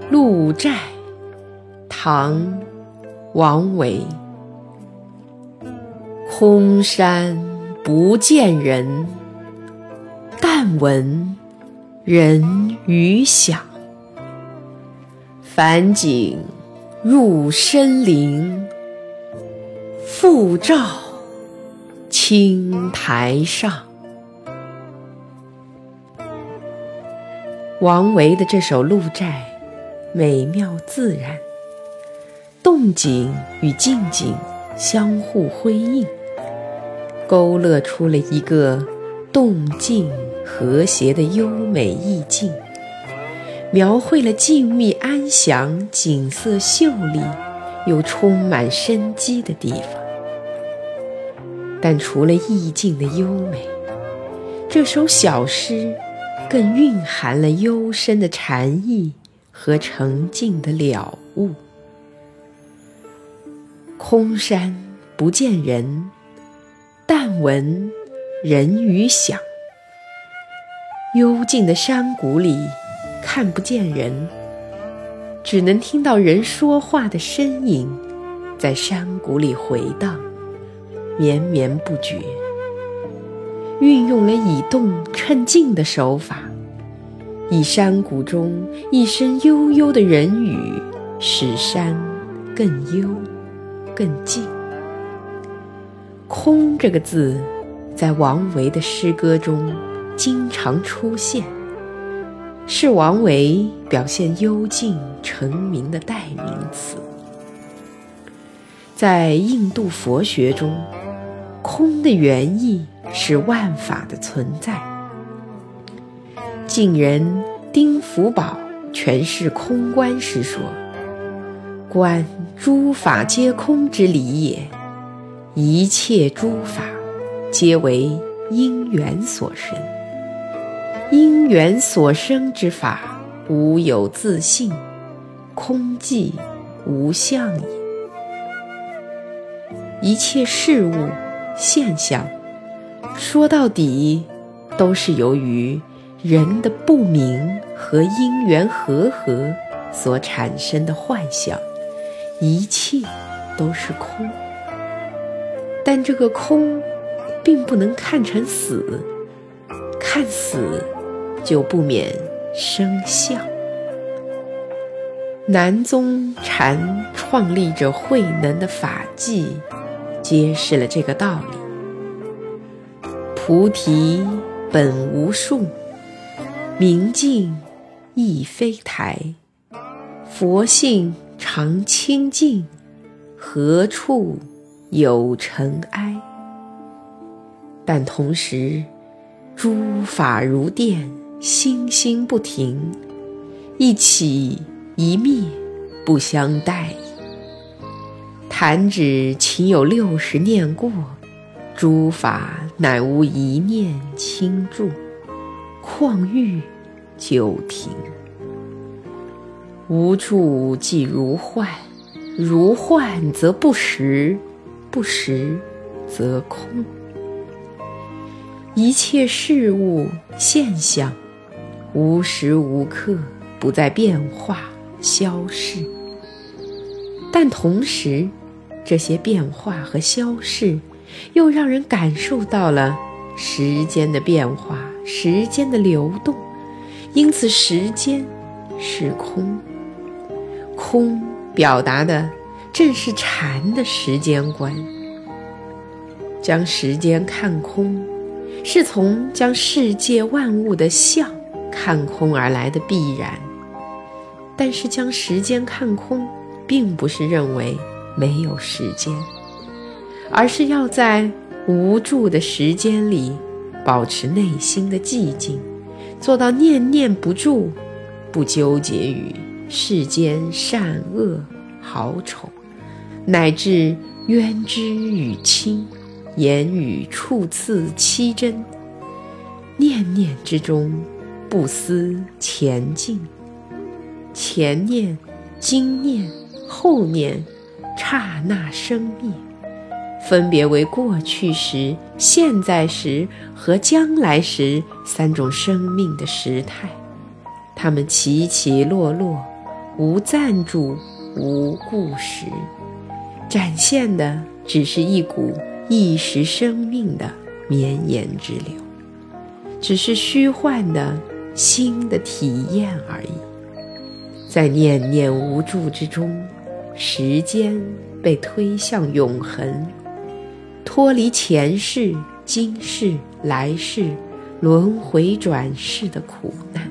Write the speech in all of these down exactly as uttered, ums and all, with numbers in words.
鹿柴，唐·王维。空山不见人，但闻人语响。返景入深林，复照青苔上。王维的这首《鹿柴》美妙自然，动景与静景相互辉映，勾勒出了一个动静和谐的优美意境，描绘了静谧安详、景色秀丽又充满生机的地方。但除了意境的优美，这首小诗更蕴含了幽深的禅意和沉静的了悟。空山不见人，但闻人语响。幽静的山谷里看不见人，只能听到人说话的声音在山谷里回荡，绵绵不绝。运用了以动衬静的手法，以山谷中一声悠悠的人语，使山更幽更静。空这个字在王维的诗歌中经常出现，是王维表现幽静澄明的代名词。在印度佛学中，空的原意是万法的存在。晋人丁福宝诠释空观时说：观诸法皆空之理也，一切诸法皆为因缘所生，因缘所生之法，无有自性，空寂无相也。一切事物现象，说到底都是由于人的不明和因缘和合所产生的幻想，一切都是空。但这个空并不能看成死，看死就不免生相。南宗禅创立者慧能的法纪揭示了这个道理。菩提本无树，明镜亦非台，佛性常清净，何处有尘埃。但同时，诸法如电，星星不停，一起一灭，不相待矣。弹指情有六十念过，诸法乃无一念倾注，况欲久停。无住即如幻，如幻则不实，不实则空。一切事物现象，无时无刻不在变化消逝，但同时这些变化和消逝又让人感受到了时间的变化，时间的流动，因此时间是空。空表达的正是禅的时间观。将时间看空，是从将世界万物的相看空而来的必然。但是将时间看空，并不是认为没有时间，而是要在无住的时间里保持内心的寂静，做到念念不住，不纠结于世间善恶好丑，乃至冤知与亲，言语触刺欺真，念念之中不思前进，前念、今念、后念刹那生灭，分别为过去时、现在时和将来时三种生命的时态。它们起起落落， 无赞助，无故时，展现的只是一股一时生命的绵延之流，只是虚幻的新的体验而已。在念念无助之中，时间被推向永恒，脱离前世、今世、来世轮回转世的苦难。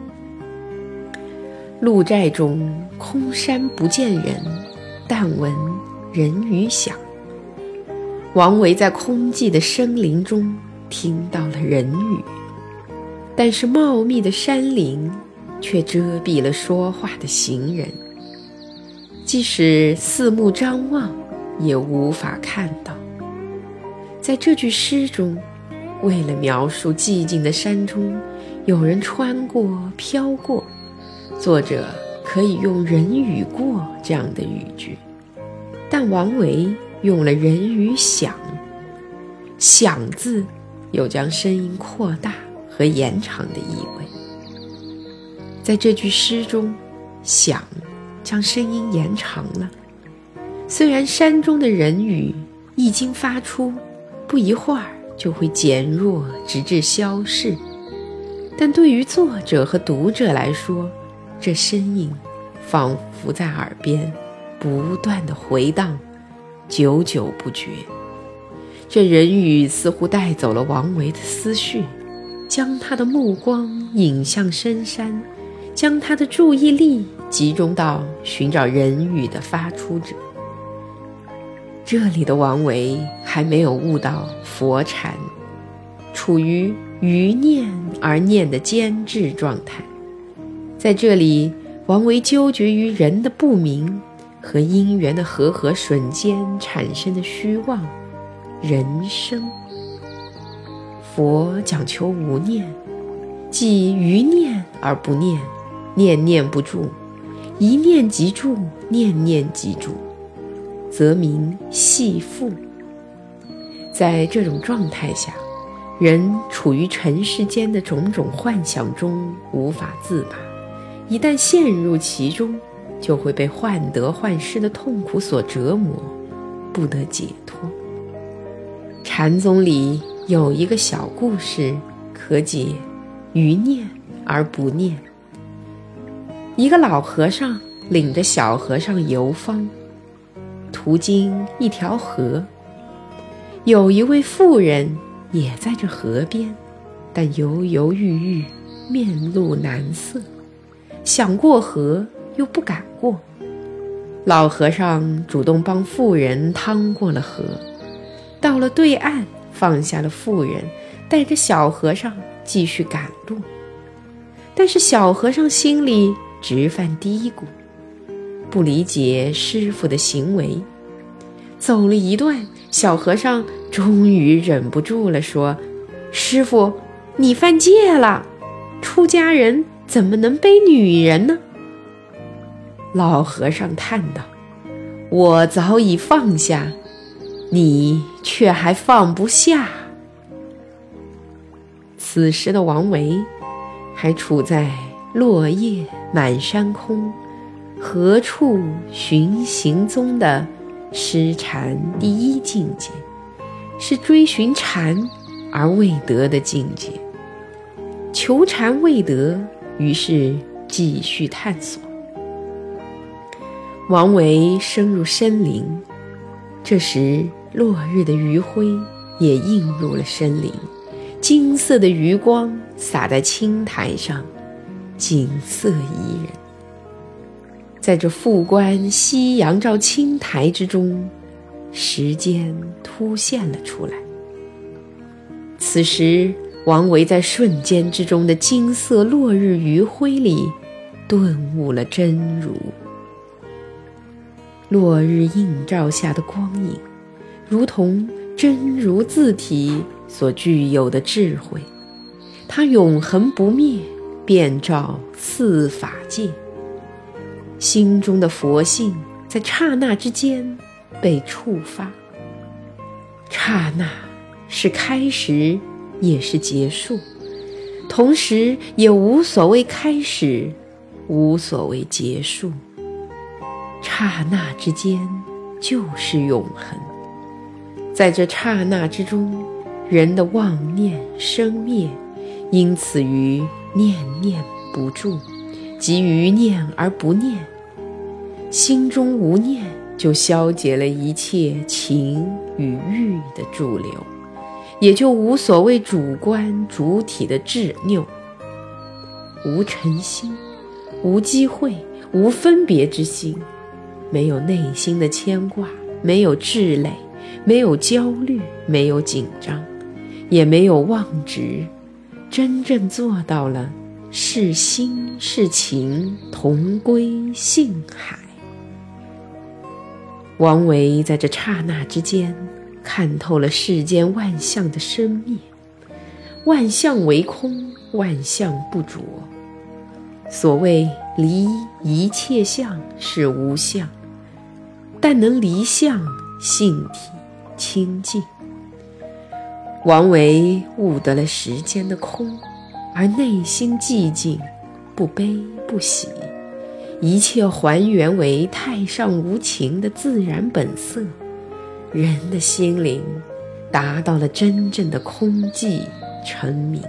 鹿寨中空山不见人，但闻人语响。王维在空寂的森林中听到了人语，但是茂密的山林却遮蔽了说话的行人，即使四目张望也无法看到。在这句诗中，为了描述寂静的山中有人穿过飘过，作者可以用人语过这样的语句，但王维用了人语响。响字有将声音扩大和延长的意味。在这句诗中，响将声音延长了。虽然山中的人语一经发出，不一会儿就会减弱直至消逝，但对于作者和读者来说，这声音仿佛在耳边不断地回荡，久久不绝。这人语似乎带走了王维的思绪，将他的目光引向深山，将他的注意力集中到寻找人语的发出者。这里的王维还没有悟到佛禅，处于余念而念的间质状态。在这里，王维纠结于人的不明和因缘的和合瞬间产生的虚妄人生。佛讲求无念，即余念而不念，念念不住，一念即住，念念即住，则名系缚。在这种状态下，人处于尘世间的种种幻想中无法自拔，一旦陷入其中，就会被患得患失的痛苦所折磨，不得解脱。禅宗里有一个小故事，可解余念而不念。一个老和尚领着小和尚游方，途经一条河，有一位妇人也在这河边，但犹犹豫豫，面露难色，想过河又不敢过。老和尚主动帮妇人趟过了河，到了对岸，放下了妇人，带着小和尚继续赶路。但是小和尚心里直犯嘀咕，不理解师父的行为。走了一段，小和尚终于忍不住了，说：师父，你犯戒了，出家人怎么能背女人呢？老和尚叹道：我早已放下，你却还放不下。此时的王维还处在落叶满山空，何处寻行踪的失禅第一境界，是追寻禅而未得的境界。求禅未得，于是继续探索。王维深入森林，这时落日的余晖也映入了森林，金色的余光洒在青苔上，景色宜人。在这复观夕阳照青苔之中，时间突现了出来。此时王维在瞬间之中的金色落日余晖里顿悟了真如。落日映照下的光影，如同真如自体所具有的智慧，它永恒不灭，遍照四法界。心中的佛性在刹那之间被触发，刹那是开始也是结束，同时也无所谓开始无所谓结束，刹那之间就是永恒。在这刹那之中，人的妄念生灭，因此于念念不住，即于念而不念。心中无念，就消解了一切情与欲的驻留，也就无所谓主观主体的执拗。无尘心，无机会，无分别之心，没有内心的牵挂，没有滞累，没有焦虑，没有紧张，也没有妄执，真正做到了是心是情同归性海。王维在这刹那之间看透了世间万象的生灭，万象为空，万象不着。所谓离一切相是无相，但能离相，性体清净。王维悟得了时间的空，而内心寂静，不悲不喜，一切还原为太上无情的自然本色，人的心灵达到了真正的空寂成明。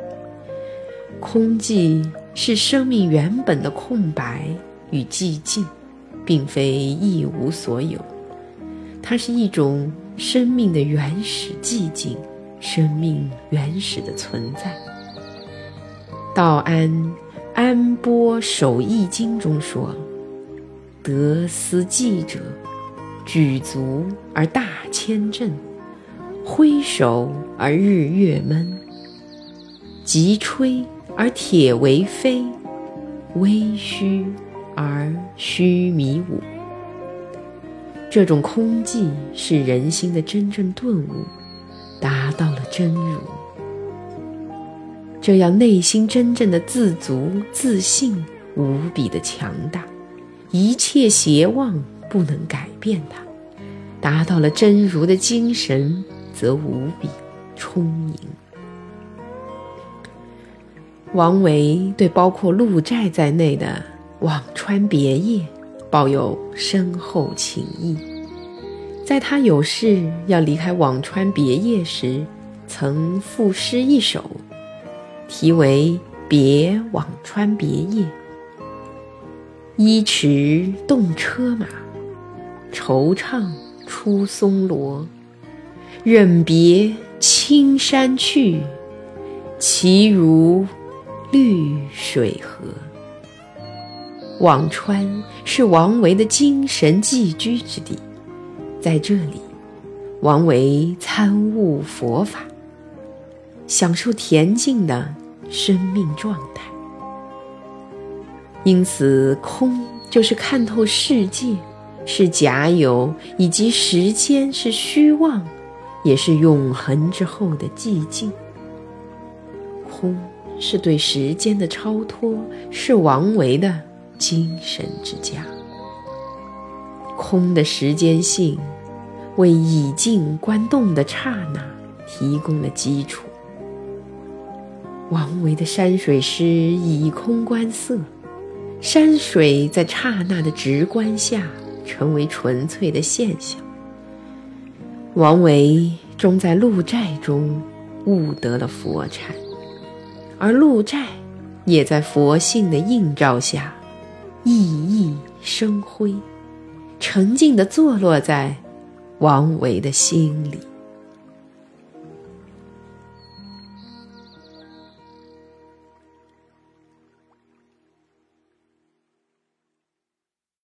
空寂是生命原本的空白与寂静，并非一无所有，它是一种生命的原始寂静，生命原始的存在。道安安波守易经中说，得思寂者，举足而大千震，挥手而日月闷，急吹而铁为飞，微虚而虚弥舞。这种空寂是人心的真正顿悟，达到了真如。这样内心真正的自足自信无比的强大，一切邪妄不能改变它，达到了真如的精神，则无比充盈。王维对包括陆寨在内的辋川别业抱有深厚情谊，在他有事要离开辋川别业时，曾赋诗一首，题为《别辋川别业》。衣驰动车马，惆怅出松萝。忍别青山去，其如绿水河。辋川是王维的精神寄居之地，在这里，王维参悟佛法，享受恬静的生命状态。因此，空就是看透世界是假有，以及时间是虚妄，也是永恒之后的寂静。空是对时间的超脱，是王维的精神之家。空的时间性为以静观动的刹那提供了基础。王维的山水诗以空观色，山水在刹那的直观下成为纯粹的现象。王维终在陆寨中悟得了佛禅，而陆寨也在佛性的映照下熠熠生辉，沉静地坐落在王维的心里。